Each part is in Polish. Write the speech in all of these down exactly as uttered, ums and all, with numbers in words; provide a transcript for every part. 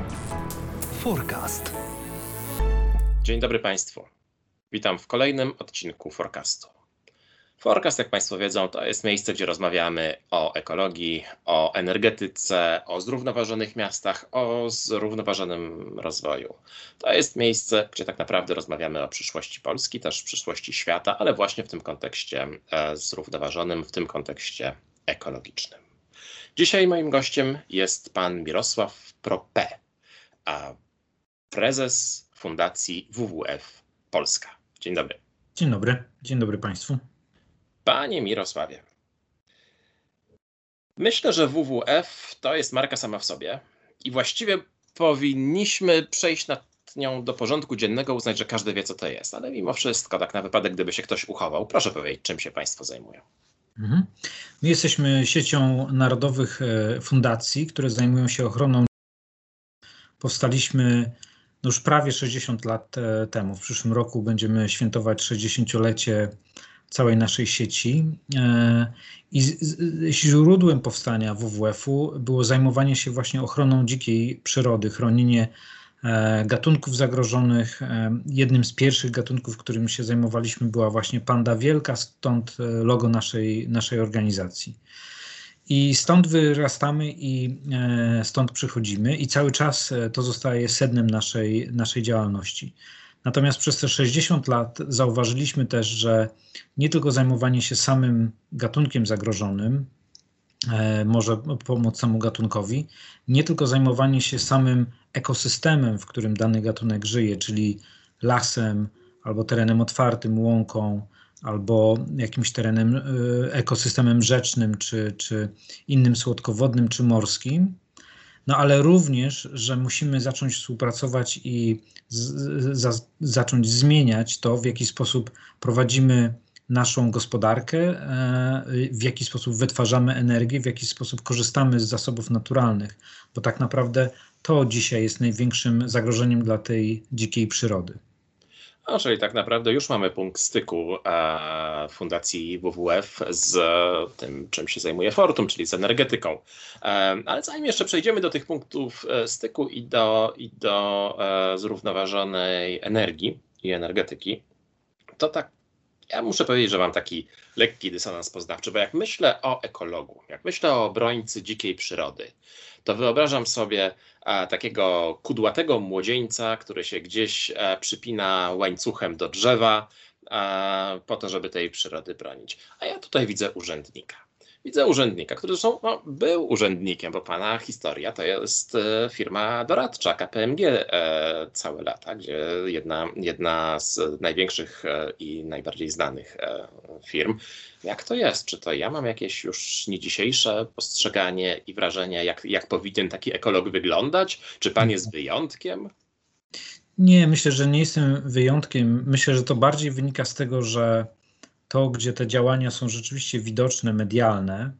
Forecast. Dzień dobry Państwu. Witam w kolejnym odcinku Forecastu. Forecast, jak Państwo wiedzą, to jest miejsce, gdzie rozmawiamy o ekologii, o energetyce, o zrównoważonych miastach, o zrównoważonym rozwoju. To jest miejsce, gdzie tak naprawdę rozmawiamy o przyszłości Polski, też przyszłości świata, ale właśnie w tym kontekście zrównoważonym, w tym kontekście ekologicznym. Dzisiaj moim gościem jest pan Mirosław Prope, a prezes Fundacji W W F Polska. Dzień dobry. Dzień dobry. Dzień dobry Państwu. Panie Mirosławie, myślę, że W W F to jest marka sama w sobie i właściwie powinniśmy przejść nad nią do porządku dziennego, uznać, że każdy wie, co to jest. Ale mimo wszystko, tak na wypadek, gdyby się ktoś uchował, proszę powiedzieć, czym się Państwo zajmują. Mhm. My jesteśmy siecią narodowych fundacji, które zajmują się ochroną. Powstaliśmy no już prawie sześćdziesiąt lat temu. W przyszłym roku będziemy świętować sześćdziesięciolecie całej naszej sieci. I źródłem powstania W W F-u było zajmowanie się właśnie ochroną dzikiej przyrody, chronienie gatunków zagrożonych. Jednym z pierwszych gatunków, którym się zajmowaliśmy, była właśnie panda wielka, stąd logo naszej, naszej organizacji. I stąd wyrastamy i stąd przychodzimy i cały czas to zostaje sednem naszej, naszej działalności. Natomiast przez te sześćdziesiąt lat zauważyliśmy też, że nie tylko zajmowanie się samym gatunkiem zagrożonym może pomóc temu gatunkowi, nie tylko zajmowanie się samym ekosystemem, w którym dany gatunek żyje, czyli lasem albo terenem otwartym, łąką, albo jakimś terenem, ekosystemem rzecznym, czy, czy innym słodkowodnym, czy morskim, no ale również, że musimy zacząć współpracować i z, za, zacząć zmieniać to, w jaki sposób prowadzimy naszą gospodarkę, w jaki sposób wytwarzamy energię, w jaki sposób korzystamy z zasobów naturalnych, bo tak naprawdę to dzisiaj jest największym zagrożeniem dla tej dzikiej przyrody. No, czyli tak naprawdę już mamy punkt styku e, Fundacji W W F z tym, czym się zajmuje Fortum, czyli z energetyką. E, ale zanim jeszcze przejdziemy do tych punktów styku i do, i do e, zrównoważonej energii i energetyki, to tak ja muszę powiedzieć, że mam taki lekki dysonans poznawczy, bo jak myślę o ekologu, jak myślę o obrońcy dzikiej przyrody, to wyobrażam sobie a, takiego kudłatego młodzieńca, który się gdzieś a, przypina łańcuchem do drzewa a, po to, żeby tej przyrody bronić. A ja tutaj widzę urzędnika. Widzę urzędnika, który zresztą no, był urzędnikiem, bo pana historia to jest e, firma doradcza K P M G e, całe lata, gdzie jedna, jedna z największych e, i najbardziej znanych e, firm. Jak to jest? Czy to ja mam jakieś już nie dzisiejsze postrzeganie i wrażenie, jak, jak powinien taki ekolog wyglądać? Czy pan jest wyjątkiem? Nie, myślę, że nie jestem wyjątkiem. Myślę, że to bardziej wynika z tego, że to, gdzie te działania są rzeczywiście widoczne, medialne,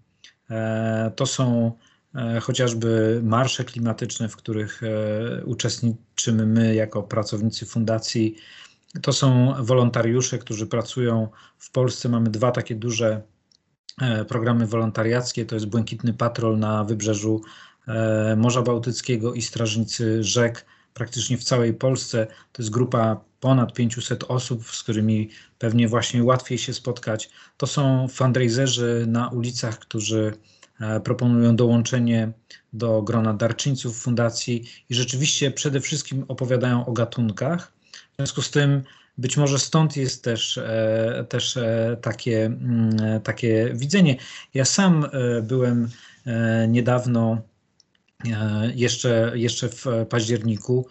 to są chociażby marsze klimatyczne, w których uczestniczymy my jako pracownicy fundacji. To są wolontariusze, którzy pracują w Polsce. Mamy dwa takie duże programy wolontariackie. To jest Błękitny Patrol na wybrzeżu Morza Bałtyckiego i Strażnicy Rzek praktycznie w całej Polsce. To jest grupa ponad pięciuset osób, z którymi pewnie właśnie łatwiej się spotkać. To są fundraiserzy na ulicach, którzy proponują dołączenie do grona darczyńców fundacji i rzeczywiście przede wszystkim opowiadają o gatunkach. W związku z tym być może stąd jest też, też takie, takie widzenie. Ja sam byłem niedawno, jeszcze, jeszcze w październiku,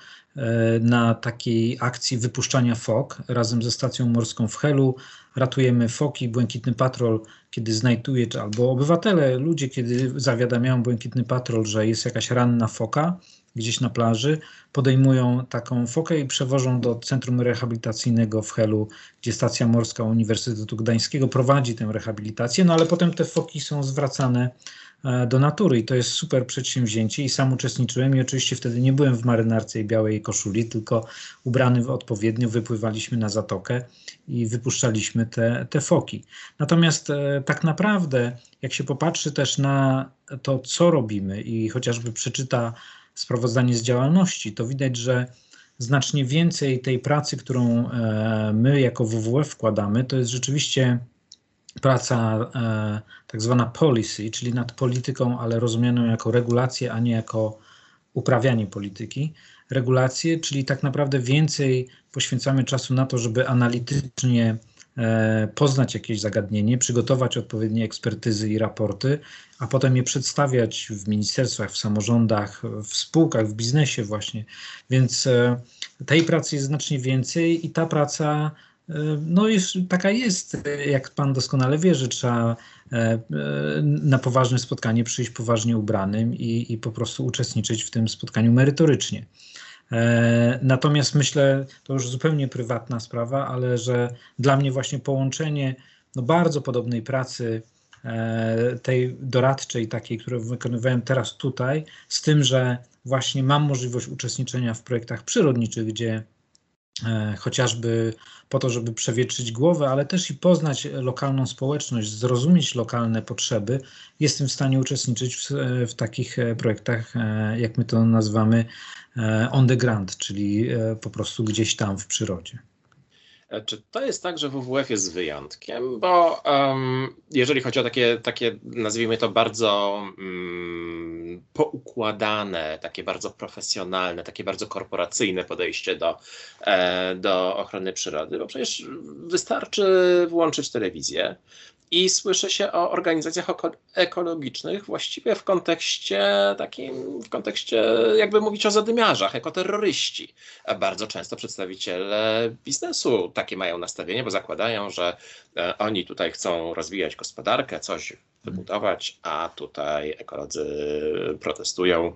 na takiej akcji wypuszczania fok razem ze stacją morską w Helu. Ratujemy foki. Błękitny Patrol, kiedy znajduje, albo obywatele, ludzie, kiedy zawiadamiają Błękitny Patrol, że jest jakaś ranna foka gdzieś na plaży, podejmują taką fokę i przewożą do Centrum Rehabilitacyjnego w Helu, gdzie stacja morska Uniwersytetu Gdańskiego prowadzi tę rehabilitację, no ale potem te foki są zwracane do natury i to jest super przedsięwzięcie i sam uczestniczyłem i oczywiście wtedy nie byłem w marynarce i białej koszuli, tylko ubrany odpowiednio wypływaliśmy na zatokę i wypuszczaliśmy te, te foki. Natomiast e, tak naprawdę jak się popatrzy też na to, co robimy i chociażby przeczyta sprawozdanie z działalności, to widać, że znacznie więcej tej pracy, którą my jako W W F wkładamy, to jest rzeczywiście praca tak zwana policy, czyli nad polityką, ale rozumianą jako regulację, a nie jako uprawianie polityki. Regulacje, czyli tak naprawdę więcej poświęcamy czasu na to, żeby analitycznie poznać jakieś zagadnienie, przygotować odpowiednie ekspertyzy i raporty, a potem je przedstawiać w ministerstwach, w samorządach, w spółkach, w biznesie właśnie. Więc tej pracy jest znacznie więcej i ta praca no jest, taka jest, jak pan doskonale wie, że trzeba na poważne spotkanie przyjść poważnie ubranym i, i po prostu uczestniczyć w tym spotkaniu merytorycznie. Natomiast myślę, to już zupełnie prywatna sprawa, ale że dla mnie właśnie połączenie no bardzo podobnej pracy, tej doradczej takiej, którą wykonywałem teraz tutaj, z tym, że właśnie mam możliwość uczestniczenia w projektach przyrodniczych, gdzie chociażby po to, żeby przewietrzyć głowę, ale też i poznać lokalną społeczność, zrozumieć lokalne potrzeby, jestem w stanie uczestniczyć w, w takich projektach, jak my to nazywamy, on the ground, czyli po prostu gdzieś tam w przyrodzie. Czy to jest tak, że W W F jest wyjątkiem? Bo um, jeżeli chodzi o takie, takie, nazwijmy to bardzo um, poukładane, takie bardzo profesjonalne, takie bardzo korporacyjne podejście do, e, do ochrony przyrody, bo przecież wystarczy włączyć telewizję i słyszy się o organizacjach ekologicznych właściwie w kontekście takim, w kontekście jakby mówić o zadymiarzach, ekoterroryści. Bardzo często przedstawiciele biznesu takie mają nastawienie, bo zakładają, że oni tutaj chcą rozwijać gospodarkę, coś wybudować, a tutaj ekolodzy protestują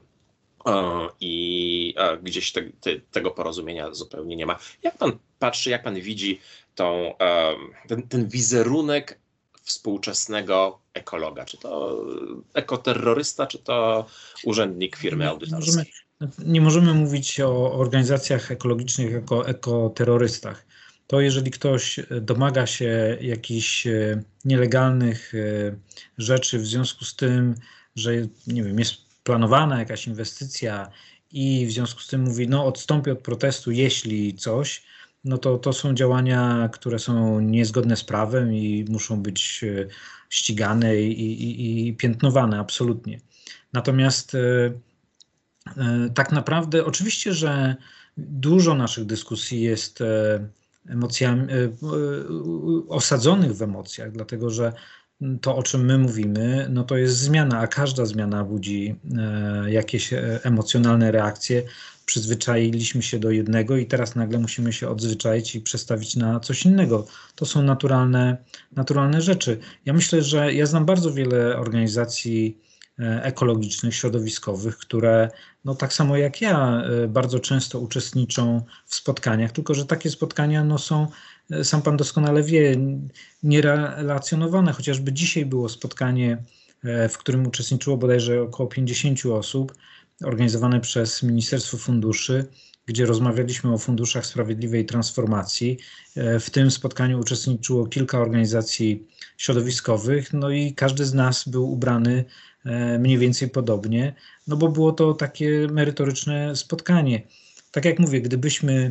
i gdzieś te, te, tego porozumienia zupełnie nie ma. Jak pan patrzy, jak pan widzi tą, ten, ten wizerunek współczesnego ekologa? Czy to ekoterrorysta, czy to urzędnik firmy audytorskiej? Nie możemy, nie możemy mówić o organizacjach ekologicznych jako ekoterrorystach. To jeżeli ktoś domaga się jakichś nielegalnych rzeczy w związku z tym, że nie wiem, jest planowana jakaś inwestycja i w związku z tym mówi, no odstąpię od protestu, jeśli coś, no to to są działania, które są niezgodne z prawem i muszą być ścigane i, i, i piętnowane absolutnie. Natomiast e, e, tak naprawdę oczywiście, że dużo naszych dyskusji jest e, emocjami, e, e, osadzonych w emocjach, dlatego że to, o czym my mówimy, no to jest zmiana, a każda zmiana budzi e, jakieś emocjonalne reakcje. Przyzwyczailiśmy się do jednego i teraz nagle musimy się odzwyczaić i przestawić na coś innego. To są naturalne, naturalne rzeczy. Ja myślę, że ja znam bardzo wiele organizacji ekologicznych, środowiskowych, które no tak samo jak ja bardzo często uczestniczą w spotkaniach, tylko że takie spotkania no są, sam pan doskonale wie, nierelacjonowane. Chociażby dzisiaj było spotkanie, w którym uczestniczyło bodajże około pięćdziesięciu osób, organizowane przez Ministerstwo Funduszy, gdzie rozmawialiśmy o funduszach sprawiedliwej transformacji. W tym spotkaniu uczestniczyło kilka organizacji środowiskowych, no i każdy z nas był ubrany mniej więcej podobnie, no bo było to takie merytoryczne spotkanie. Tak jak mówię, gdybyśmy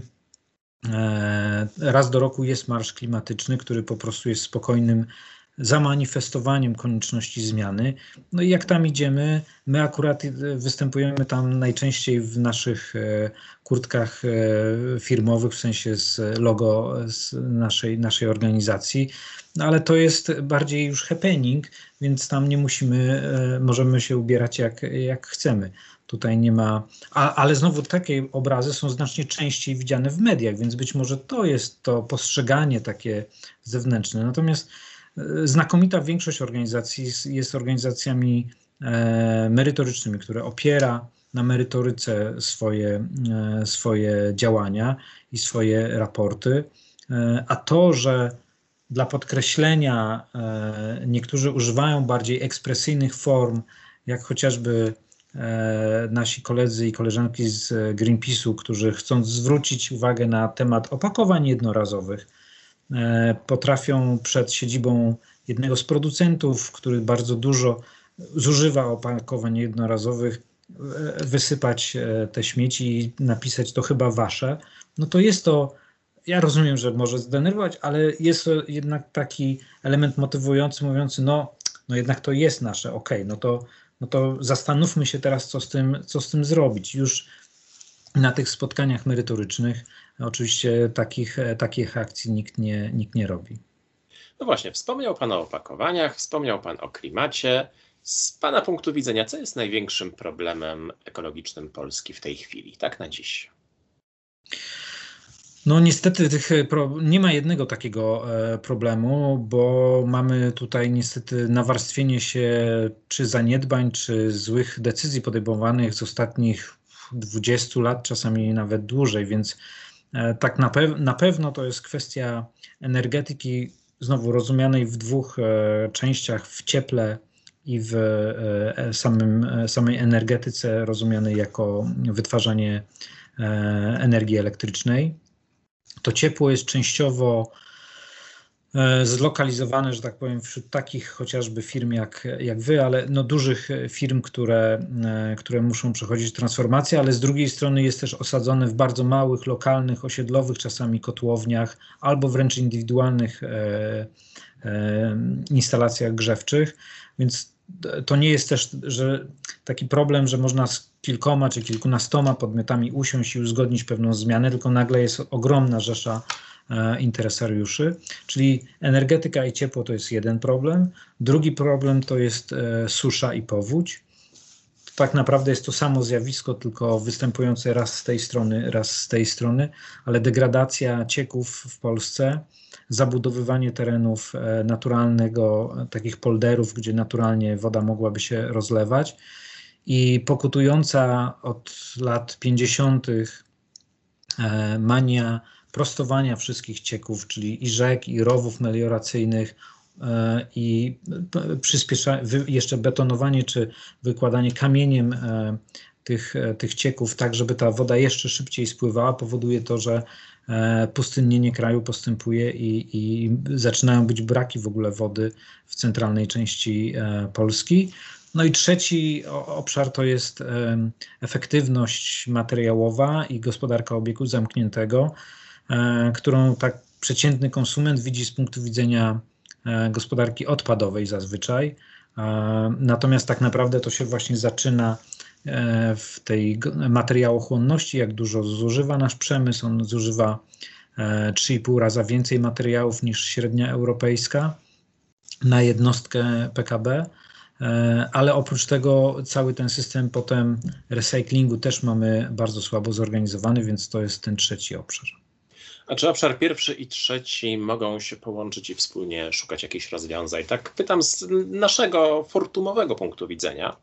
raz do roku jest marsz klimatyczny, który po prostu jest spokojnym zamanifestowaniem konieczności zmiany. No i jak tam idziemy, my akurat występujemy tam najczęściej w naszych kurtkach firmowych, w sensie z logo z naszej, naszej organizacji, no ale to jest bardziej już happening, więc tam nie musimy, możemy się ubierać jak, jak chcemy. Tutaj nie ma, a, ale znowu takie obrazy są znacznie częściej widziane w mediach, więc być może to jest to postrzeganie takie zewnętrzne. Natomiast znakomita większość organizacji jest organizacjami e, merytorycznymi, które opiera na merytoryce swoje, e, swoje działania i swoje raporty, e, a to, że dla podkreślenia e, niektórzy używają bardziej ekspresyjnych form, jak chociażby e, nasi koledzy i koleżanki z Greenpeace'u, którzy chcąc zwrócić uwagę na temat opakowań jednorazowych, potrafią przed siedzibą jednego z producentów, który bardzo dużo zużywa opakowań jednorazowych, wysypać te śmieci i napisać to chyba wasze, no to jest to, ja rozumiem, że może zdenerwować, ale jest to jednak taki element motywujący, mówiący, no, no jednak to jest nasze, okej, okay, no to, no to zastanówmy się teraz, co z tym, co z tym zrobić. Już na tych spotkaniach merytorycznych oczywiście takich, takich akcji nikt nie, nikt nie robi. No właśnie, wspomniał Pan o opakowaniach, wspomniał Pan o klimacie. Z Pana punktu widzenia, co jest największym problemem ekologicznym Polski w tej chwili, tak na dziś? No niestety tych, nie ma jednego takiego problemu, bo mamy tutaj niestety nawarstwienie się czy zaniedbań, czy złych decyzji podejmowanych z ostatnich dwudziestu lat, czasami nawet dłużej, więc tak na, pew na pewno to jest kwestia energetyki, znowu rozumianej w dwóch częściach, w cieple i w samym, samej energetyce rozumianej jako wytwarzanie energii elektrycznej. To ciepło jest częściowo zlokalizowane, że tak powiem, wśród takich chociażby firm jak, jak wy, ale no dużych firm, które, które muszą przechodzić transformację, ale z drugiej strony jest też osadzone w bardzo małych, lokalnych, osiedlowych czasami kotłowniach albo wręcz indywidualnych e, e, instalacjach grzewczych, więc to nie jest też że taki problem, że można z kilkoma czy kilkunastoma podmiotami usiąść i uzgodnić pewną zmianę, tylko nagle jest ogromna rzesza e, interesariuszy, czyli energetyka i ciepło to jest jeden problem. Drugi problem to jest e, susza i powódź. Tak naprawdę jest to samo zjawisko, tylko występujące raz z tej strony, raz z tej strony, ale degradacja cieków w Polsce, zabudowywanie terenów naturalnego, takich polderów, gdzie naturalnie woda mogłaby się rozlewać i pokutująca od lat pięćdziesiątych mania prostowania wszystkich cieków, czyli i rzek, i rowów melioracyjnych, i przyspiesza, jeszcze betonowanie czy wykładanie kamieniem tych, tych cieków, tak żeby ta woda jeszcze szybciej spływała, powoduje to, że pustynnienie kraju postępuje i, i zaczynają być braki w ogóle wody w centralnej części Polski. No i trzeci obszar to jest efektywność materiałowa i gospodarka obiegu zamkniętego, którą tak przeciętny konsument widzi z punktu widzenia gospodarki odpadowej zazwyczaj. Natomiast tak naprawdę to się właśnie zaczyna w tej materiałochłonności, jak dużo zużywa nasz przemysł. On zużywa trzy i pół raza więcej materiałów niż średnia europejska na jednostkę P K B, ale oprócz tego cały ten system potem recyklingu też mamy bardzo słabo zorganizowany, więc to jest ten trzeci obszar. A czy obszar pierwszy i trzeci mogą się połączyć i wspólnie szukać jakichś rozwiązań? Tak pytam z naszego fortumowego punktu widzenia,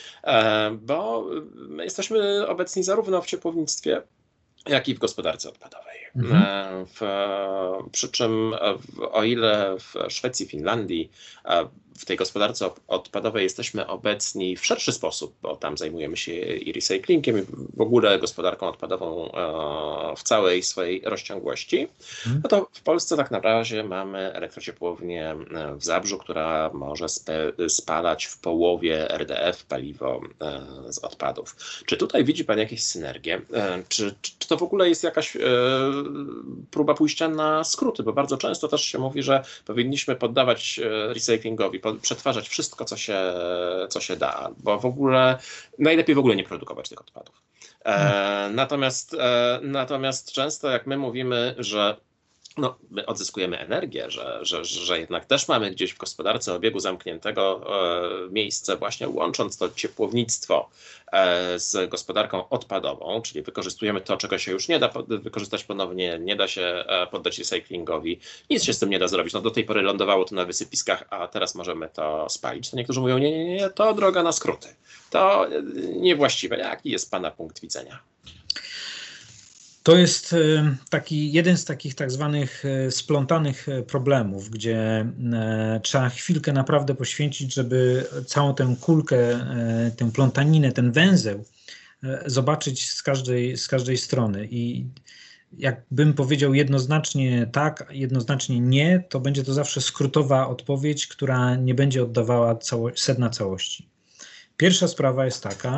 bo my jesteśmy obecni zarówno w ciepłownictwie, jak i w gospodarce odpadowej. Mhm. W, przy czym o ile w Szwecji, Finlandii w tej gospodarce odpadowej jesteśmy obecni w szerszy sposób, bo tam zajmujemy się i recyklingiem, i w ogóle gospodarką odpadową w całej swojej rozciągłości, no to w Polsce tak na razie mamy elektrociepłownię w Zabrzu, która może spalać w połowie R D F paliwo z odpadów. Czy tutaj widzi Pan jakieś synergie? Czy, czy to w ogóle jest jakaś próba pójścia na skróty? Bo bardzo często też się mówi, że powinniśmy poddawać recyklingowi, przetwarzać wszystko, co się, co się da, bo w ogóle najlepiej w ogóle nie produkować tych odpadów. E, natomiast, e, natomiast często jak my mówimy, że no, my odzyskujemy energię, że, że, że jednak też mamy gdzieś w gospodarce obiegu zamkniętego e, miejsce właśnie łącząc to ciepłownictwo e, z gospodarką odpadową, czyli wykorzystujemy to, czego się już nie da wykorzystać ponownie, nie da się e, poddać recyklingowi, nic się z tym nie da zrobić. No, do tej pory lądowało to na wysypiskach, a teraz możemy to spalić. To niektórzy mówią, nie, nie, nie, to droga na skróty. To niewłaściwe. Jaki jest Pana punkt widzenia? To jest taki jeden z takich tak zwanych splątanych problemów, gdzie trzeba chwilkę naprawdę poświęcić, żeby całą tę kulkę, tę plątaninę, ten węzeł zobaczyć z każdej, z każdej strony. I jakbym powiedział jednoznacznie tak, jednoznacznie nie, to będzie to zawsze skrótowa odpowiedź, która nie będzie oddawała cało, sedna całości. Pierwsza sprawa jest taka,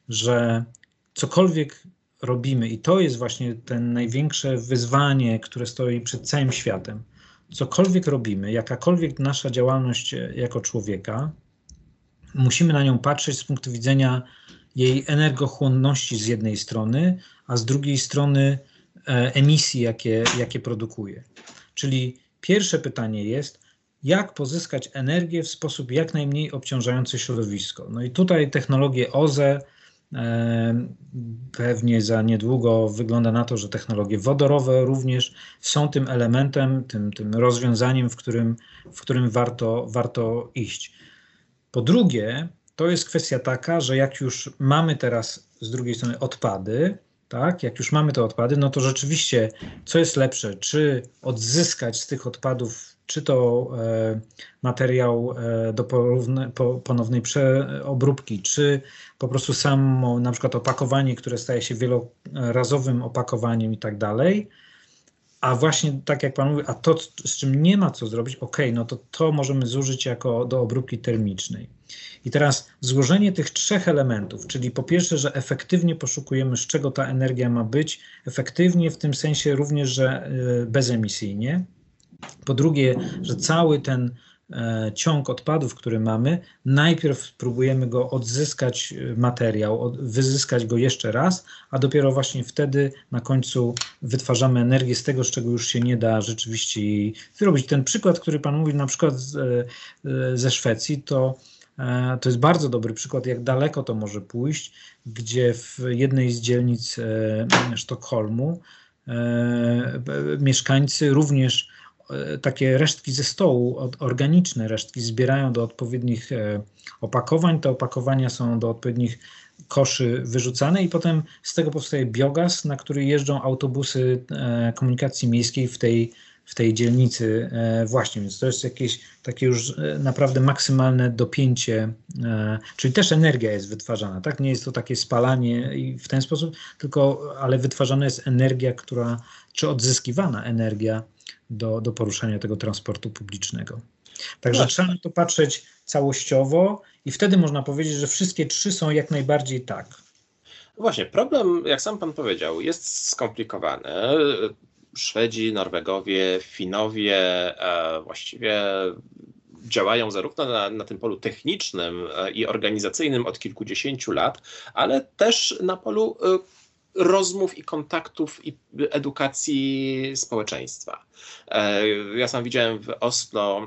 że cokolwiek robimy, i to jest właśnie ten największe wyzwanie, które stoi przed całym światem, cokolwiek robimy, jakakolwiek nasza działalność jako człowieka, musimy na nią patrzeć z punktu widzenia jej energochłonności z jednej strony, a z drugiej strony emisji, jakie, jakie produkuje. Czyli pierwsze pytanie jest, jak pozyskać energię w sposób jak najmniej obciążający środowisko. No i tutaj technologie O Z E, e, pewnie za niedługo wygląda na to, że technologie wodorowe również są tym elementem, tym, tym rozwiązaniem, w którym, w którym warto, warto iść. Po drugie, to jest kwestia taka, że jak już mamy teraz z drugiej strony odpady, tak, jak już mamy te odpady, no to rzeczywiście co jest lepsze, czy odzyskać z tych odpadów, czy to e, materiał e, do porówne, po, ponownej przeobróbki, czy po prostu samo na przykład opakowanie, które staje się wielorazowym opakowaniem i tak dalej. A właśnie tak jak Pan mówi, a to z czym nie ma co zrobić, ok, no to to możemy zużyć jako do obróbki termicznej. I teraz złożenie tych trzech elementów, czyli po pierwsze, że efektywnie poszukujemy, z czego ta energia ma być, efektywnie w tym sensie również, że bezemisyjnie. Po drugie, że cały ten ciąg odpadów, który mamy, najpierw próbujemy go odzyskać materiał, wyzyskać go jeszcze raz, a dopiero właśnie wtedy na końcu wytwarzamy energię z tego, z czego już się nie da rzeczywiście wyrobić. Ten przykład, który Pan mówi na przykład z, ze Szwecji, to to jest bardzo dobry przykład, jak daleko to może pójść, gdzie w jednej z dzielnic Sztokholmu mieszkańcy również takie resztki ze stołu, organiczne resztki zbierają do odpowiednich opakowań. Te opakowania są do odpowiednich koszy wyrzucane i potem z tego powstaje biogaz, na który jeżdżą autobusy komunikacji miejskiej w tej, w tej dzielnicy właśnie. Więc to jest jakieś takie już naprawdę maksymalne dopięcie, czyli też energia jest wytwarzana, tak? Nie jest to takie spalanie i w ten sposób, tylko, ale wytwarzana jest energia, która, czy odzyskiwana energia do, do poruszania tego transportu publicznego. Także no, trzeba na to patrzeć całościowo i wtedy można powiedzieć, że wszystkie trzy są jak najbardziej tak. Właśnie, problem, jak sam Pan powiedział, jest skomplikowany. Szwedzi, Norwegowie, Finowie e, właściwie działają zarówno na, na tym polu technicznym i organizacyjnym od kilkudziesięciu lat, ale też na polu e, rozmów i kontaktów i edukacji społeczeństwa. Ja sam widziałem w Oslo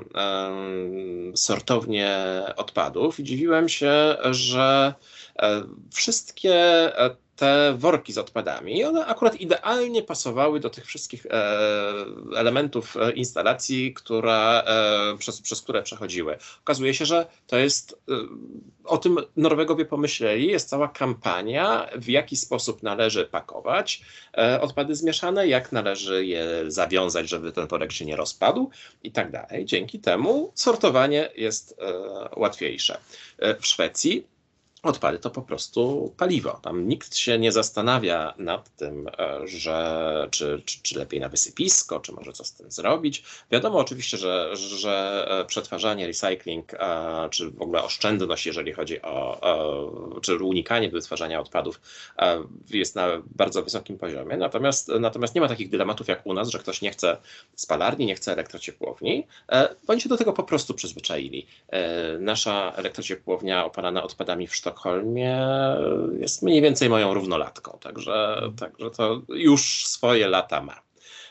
sortownię odpadów i dziwiłem się, że wszystkie te worki z odpadami, one akurat idealnie pasowały do tych wszystkich elementów instalacji, która, przez, przez które przechodziły. Okazuje się, że to jest, o tym Norwegowie pomyśleli, jest cała kampania, w jaki sposób należy pakować odpady zmieszane, jak należy je zawiązać, żeby ten worek się nie rozpadł i tak dalej. Dzięki temu sortowanie jest łatwiejsze. W Szwecji odpady to po prostu paliwo. Tam nikt się nie zastanawia nad tym, że czy, czy, czy lepiej na wysypisko, czy może co z tym zrobić. Wiadomo oczywiście, że, że przetwarzanie, recycling, czy w ogóle oszczędność, jeżeli chodzi o, o czy unikanie wytwarzania odpadów, jest na bardzo wysokim poziomie. Natomiast, natomiast nie ma takich dylematów jak u nas, że ktoś nie chce spalarni, nie chce elektrociepłowni, bo oni się do tego po prostu przyzwyczaili. Nasza elektrociepłownia opalana odpadami w Sztokholmie jest mniej więcej moją równolatką, także, także to już swoje lata ma.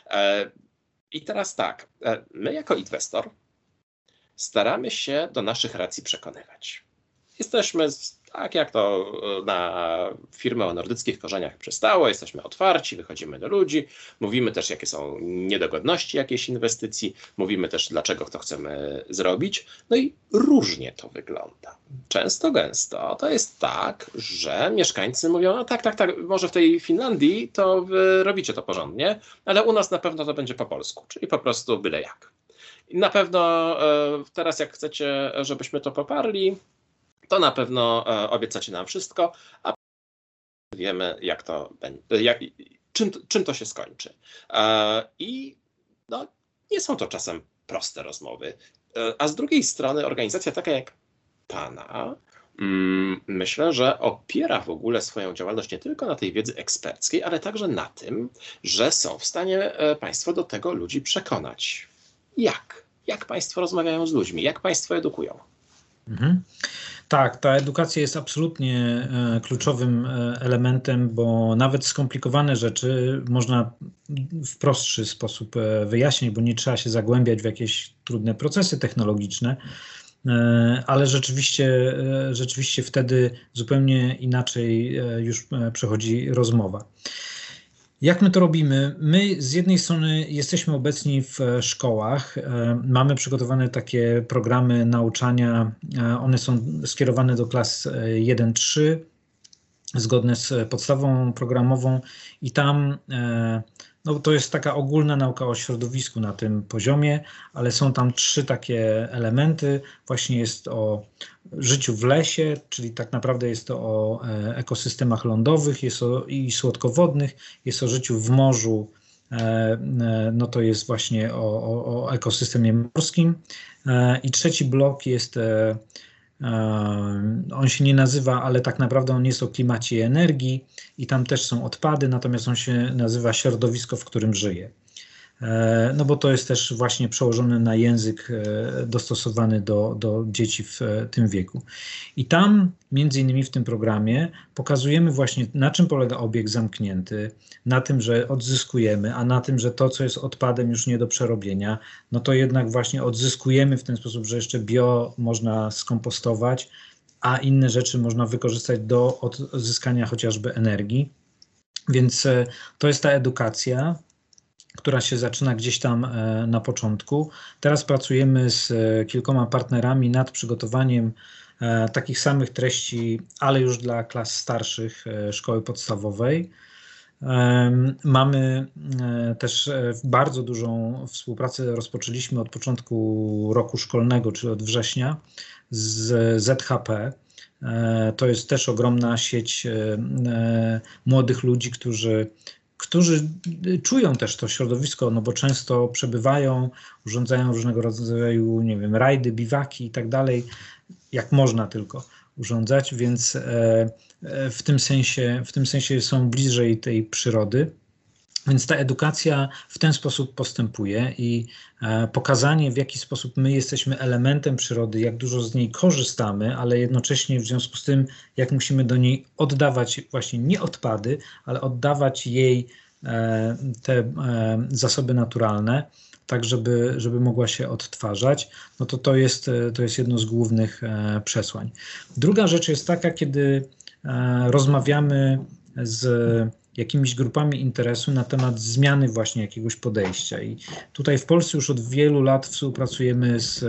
I teraz tak, my jako inwestor staramy się do naszych racji przekonywać. Jesteśmy, tak jak to na firmę o nordyckich korzeniach przystało, jesteśmy otwarci, wychodzimy do ludzi, mówimy też, jakie są niedogodności jakiejś inwestycji, mówimy też, dlaczego to chcemy zrobić, no i różnie to wygląda. Często, gęsto to jest tak, że mieszkańcy mówią, no tak, tak, tak, może w tej Finlandii to wy robicie to porządnie, ale u nas na pewno to będzie po polsku, czyli po prostu byle jak. I na pewno teraz jak chcecie, żebyśmy to poparli, to na pewno obiecacie nam wszystko, a wiemy, jak to będzie, jak, czym, czym to się skończy. I no, nie są to czasem proste rozmowy. A z drugiej strony organizacja taka jak Pana myślę, że opiera w ogóle swoją działalność nie tylko na tej wiedzy eksperckiej, ale także na tym, że są w stanie państwo do tego ludzi przekonać. Jak? Jak państwo rozmawiają z ludźmi? Jak państwo edukują? Mhm. Tak, ta edukacja jest absolutnie kluczowym elementem, bo nawet skomplikowane rzeczy można w prostszy sposób wyjaśnić, bo nie trzeba się zagłębiać w jakieś trudne procesy technologiczne, ale rzeczywiście, rzeczywiście wtedy zupełnie inaczej już przechodzi rozmowa. Jak my to robimy? My z jednej strony jesteśmy obecni w szkołach, mamy przygotowane takie programy nauczania, one są skierowane do klas jeden trzy, zgodne z podstawą programową i tam no, to jest taka ogólna nauka o środowisku na tym poziomie, ale są tam trzy takie elementy. Właśnie jest o życiu w lesie, czyli tak naprawdę jest to o ekosystemach lądowych jest o, i słodkowodnych, jest o życiu w morzu, no to jest właśnie o, o, o ekosystemie morskim. I trzeci blok jest, on się nie nazywa, ale tak naprawdę on jest o klimacie i energii i tam też są odpady, natomiast on się nazywa środowisko, w którym żyje. No bo to jest też właśnie przełożone na język dostosowany do, do dzieci w tym wieku. I tam, między innymi w tym programie, pokazujemy właśnie, na czym polega obieg zamknięty, na tym, że odzyskujemy, a na tym, że to, co jest odpadem już nie do przerobienia, no to jednak właśnie odzyskujemy w ten sposób, że jeszcze bio można skompostować, a inne rzeczy można wykorzystać do odzyskania chociażby energii. Więc to jest ta edukacja, która się zaczyna gdzieś tam na początku. Teraz pracujemy z kilkoma partnerami nad przygotowaniem takich samych treści, ale już dla klas starszych szkoły podstawowej. Mamy też bardzo dużą współpracę, rozpoczęliśmy od początku roku szkolnego, czyli od września, z Z H P. To jest też ogromna sieć młodych ludzi, którzy którzy czują też to środowisko, no bo często przebywają, urządzają różnego rodzaju, nie wiem, rajdy, biwaki i tak dalej, jak można tylko urządzać, więc w tym sensie, w tym sensie są bliżej tej przyrody. Więc ta edukacja w ten sposób postępuje i pokazanie, w jaki sposób my jesteśmy elementem przyrody, jak dużo z niej korzystamy, ale jednocześnie w związku z tym, jak musimy do niej oddawać właśnie nie odpady, ale oddawać jej te zasoby naturalne, tak żeby, żeby mogła się odtwarzać, no to to jest, to jest jedno z głównych przesłań. Druga rzecz jest taka, kiedy rozmawiamy z jakimiś grupami interesu na temat zmiany właśnie jakiegoś podejścia. I tutaj w Polsce już od wielu lat współpracujemy z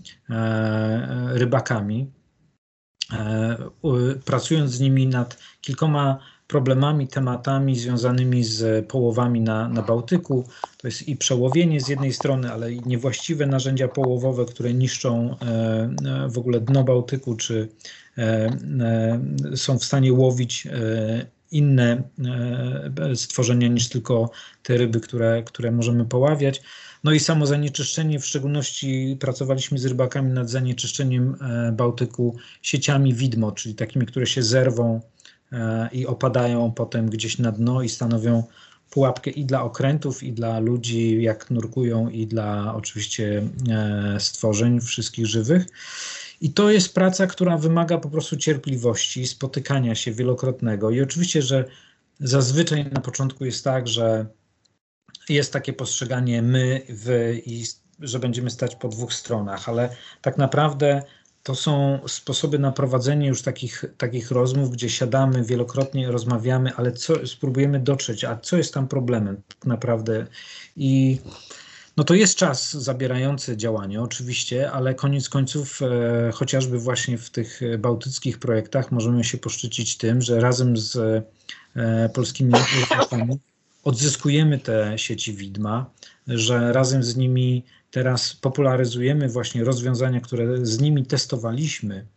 rybakami, pracując z nimi nad kilkoma problemami, tematami związanymi z połowami na, na Bałtyku. To jest i przełowienie z jednej strony, ale i niewłaściwe narzędzia połowowe, które niszczą w ogóle dno Bałtyku, czy są w stanie łowić inne stworzenia niż tylko te ryby, które, które możemy poławiać. No i samo zanieczyszczenie, w szczególności pracowaliśmy z rybakami nad zanieczyszczeniem Bałtyku sieciami widmo, czyli takimi, które się zerwą i opadają potem gdzieś na dno i stanowią pułapkę i dla okrętów, i dla ludzi, jak nurkują, i dla oczywiście stworzeń wszystkich żywych. I to jest praca, która wymaga po prostu cierpliwości, spotykania się wielokrotnego. I oczywiście, że zazwyczaj na początku jest tak, że jest takie postrzeganie my, wy i że będziemy stać po dwóch stronach, ale tak naprawdę to są sposoby na prowadzenie już takich, takich rozmów, gdzie siadamy wielokrotnie, rozmawiamy, ale co, spróbujemy dotrzeć, a co jest tam problemem tak naprawdę. I no to jest czas zabierający działanie oczywiście, ale koniec końców e, chociażby właśnie w tych bałtyckich projektach możemy się poszczycić tym, że razem z e, polskimi rybakami odzyskujemy te sieci widma, że razem z nimi teraz popularyzujemy właśnie rozwiązania, które z nimi testowaliśmy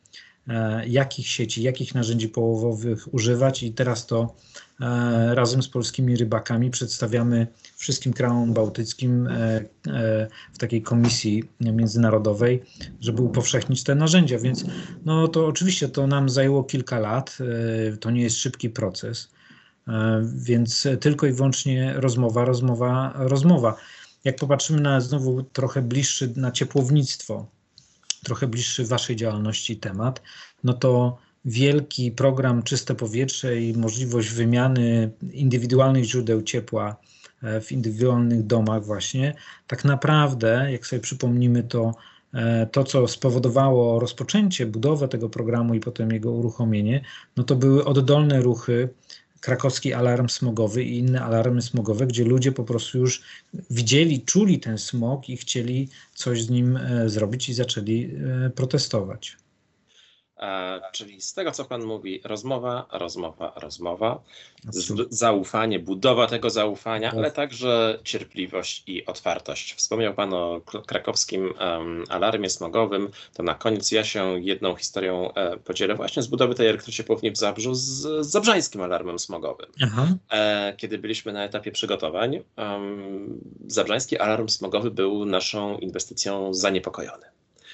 jakich sieci, jakich narzędzi połowowych używać i teraz to razem z polskimi rybakami przedstawiamy wszystkim krajom bałtyckim w takiej komisji międzynarodowej, żeby upowszechnić te narzędzia, więc no to oczywiście to nam zajęło kilka lat, to nie jest szybki proces, więc tylko i wyłącznie rozmowa, rozmowa, rozmowa. Jak popatrzymy na znowu trochę bliższy na ciepłownictwo, trochę bliższy waszej działalności temat, no to wielki program Czyste Powietrze i możliwość wymiany indywidualnych źródeł ciepła w indywidualnych domach właśnie, tak naprawdę, jak sobie przypomnimy, to to, co spowodowało rozpoczęcie, budowę tego programu i potem jego uruchomienie, no to były oddolne ruchy, krakowski alarm smogowy i inne alarmy smogowe, gdzie ludzie po prostu już widzieli, czuli ten smog i chcieli coś z nim zrobić i zaczęli protestować. E, czyli z tego, co Pan mówi, rozmowa, rozmowa, rozmowa, z, zaufanie, budowa tego zaufania, ale także cierpliwość i otwartość. Wspomniał Pan o krakowskim um, alarmie smogowym, to na koniec ja się jedną historią e, podzielę właśnie z budowy tej elektrociepłowni w Zabrzu z, z zabrzańskim alarmem smogowym. E, kiedy byliśmy na etapie przygotowań, um, zabrzański alarm smogowy był naszą inwestycją zaniepokojony.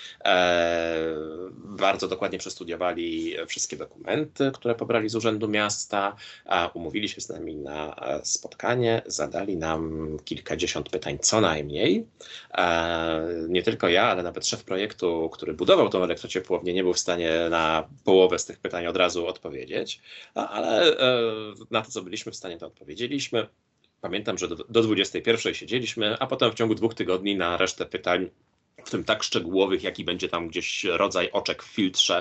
E, bardzo dokładnie przestudiowali wszystkie dokumenty, które pobrali z Urzędu Miasta, a umówili się z nami na spotkanie, zadali nam kilkadziesiąt pytań co najmniej. E, nie tylko ja, ale nawet szef projektu, który budował tą elektrociepłownię, nie był w stanie na połowę z tych pytań od razu odpowiedzieć, a, ale e, na to, co byliśmy w stanie, to odpowiedzieliśmy. Pamiętam, że do, do dwudziestej pierwszej siedzieliśmy, a potem w ciągu dwóch tygodni na resztę pytań, w tym tak szczegółowych, jaki będzie tam gdzieś rodzaj oczek w filtrze,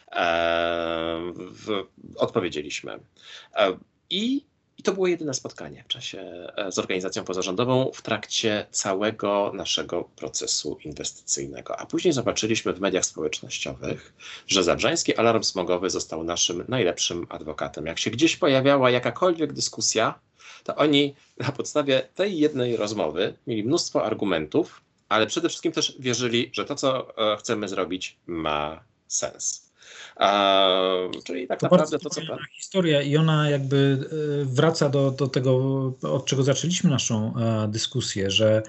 e, w, odpowiedzieliśmy. E, i, I to było jedyne spotkanie w czasie e, z organizacją pozarządową w trakcie całego naszego procesu inwestycyjnego. A później zobaczyliśmy w mediach społecznościowych, że zabrzański alarm smogowy został naszym najlepszym adwokatem. Jak się gdzieś pojawiała jakakolwiek dyskusja, to oni na podstawie tej jednej rozmowy mieli mnóstwo argumentów, ale przede wszystkim też wierzyli, że to, co chcemy zrobić, ma sens. A, czyli tak to naprawdę to, co Pan... historia i ona jakby wraca do, do tego, od czego zaczęliśmy naszą dyskusję, że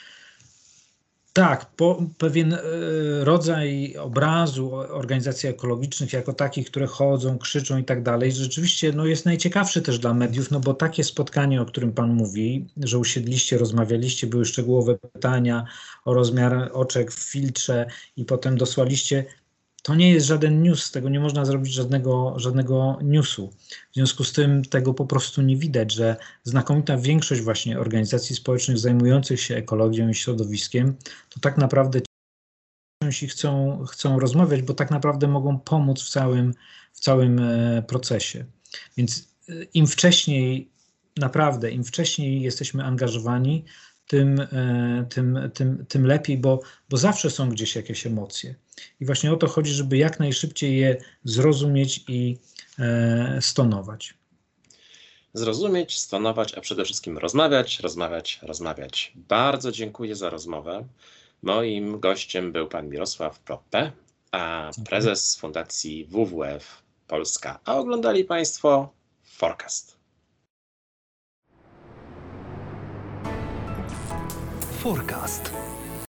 tak, po, pewien rodzaj obrazu organizacji ekologicznych jako takich, które chodzą, krzyczą i tak dalej, rzeczywiście no, jest najciekawszy też dla mediów, no bo takie spotkanie, o którym Pan mówi, że usiedliście, rozmawialiście, były szczegółowe pytania o rozmiar oczek w filtrze i potem dosłaliście, to nie jest żaden news, z tego nie można zrobić żadnego, żadnego newsu. W związku z tym tego po prostu nie widać, że znakomita większość właśnie organizacji społecznych zajmujących się ekologią i środowiskiem, to tak naprawdę ci chcą, chcą rozmawiać, bo tak naprawdę mogą pomóc w całym, w całym procesie. Więc im wcześniej, naprawdę im wcześniej jesteśmy angażowani, tym, tym, tym, tym lepiej, bo, bo zawsze są gdzieś jakieś emocje. I właśnie o to chodzi, żeby jak najszybciej je zrozumieć i e, stonować. Zrozumieć, stonować, a przede wszystkim rozmawiać, rozmawiać, rozmawiać. Bardzo dziękuję za rozmowę. Moim gościem był pan Mirosław Proppe, a prezes Fundacji W W F Polska. A oglądali państwo Forecast. Forecast.